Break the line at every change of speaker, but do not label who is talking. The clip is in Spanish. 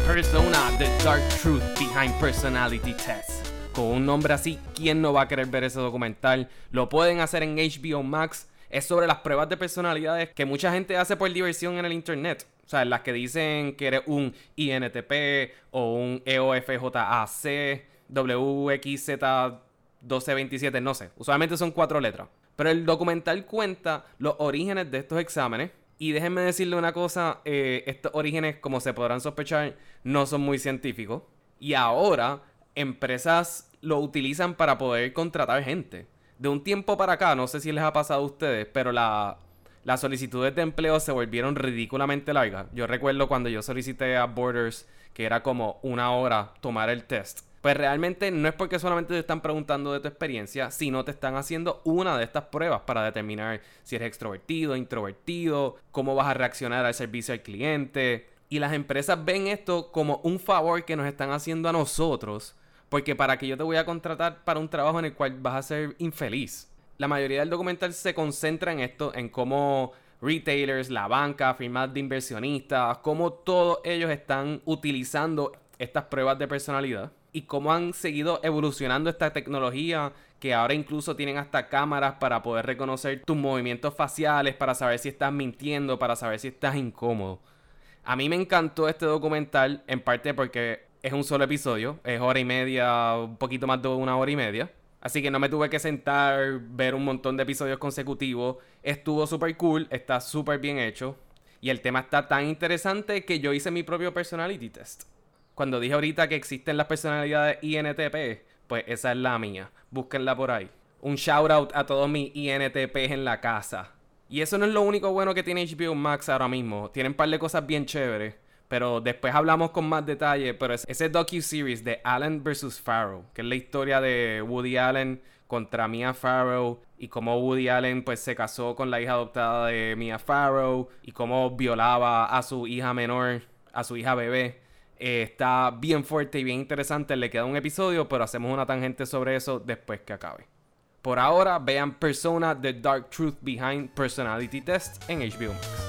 Persona, The Dark Truth Behind Personality Tests. Con un nombre así, ¿quién no va a querer ver ese documental? Lo pueden hacer en HBO Max. Es sobre las pruebas de personalidades que mucha gente hace por diversión en el internet. O sea, las que dicen que eres un INTP o un EOFJAC, WXZ1227, no sé. Usualmente son 4 letras. Pero el documental cuenta los orígenes de estos exámenes. Y déjenme decirle una cosa, estos orígenes, como se podrán sospechar, no son muy científicos. Y ahora, empresas lo utilizan para poder contratar gente. De un tiempo para acá, no sé si les ha pasado a ustedes, pero las solicitudes de empleo se volvieron ridículamente largas. Yo recuerdo cuando yo solicité a Borders, que era como 1 hora tomar el test. Pues realmente no es porque solamente te están preguntando de tu experiencia, sino te están haciendo una de estas pruebas para determinar si eres extrovertido, introvertido, cómo vas a reaccionar al servicio al cliente. Y las empresas ven esto como un favor que nos están haciendo a nosotros, porque para que yo te voy a contratar para un trabajo en el cual vas a ser infeliz. La mayoría del documental se concentra en esto, en cómo retailers, la banca, firmas de inversionistas, cómo todos ellos están utilizando estas pruebas de personalidad y cómo han seguido evolucionando esta tecnología, que ahora incluso tienen hasta cámaras para poder reconocer tus movimientos faciales, para saber si estás mintiendo, para saber si estás incómodo. A mí me encantó este documental, en parte porque es un solo episodio, es 1 hora y media, un poquito más de 1 hora y media. Así que no me tuve que sentar, ver un montón de episodios consecutivos. Estuvo súper cool, está súper bien hecho. Y el tema está tan interesante que yo hice mi propio personality test. Cuando dije ahorita que existen las personalidades INTP, pues esa es la mía. Búsquenla por ahí. Un shout out a todos mis INTPs en la casa. Y eso no es lo único bueno que tiene HBO Max ahora mismo. Tienen un par de cosas bien chéveres. Pero después hablamos con más detalle. Pero ese docu-series de Allen vs. Farrow, que es la historia de Woody Allen contra Mia Farrow, y cómo Woody Allen pues se casó con la hija adoptada de Mia Farrow, y cómo violaba a su hija menor, a su hija bebé. Está bien fuerte y bien interesante. Le queda un episodio, pero hacemos una tangente sobre eso después que acabe. Por ahora, vean Persona, The Dark Truth Behind Personality Test en HBO Max.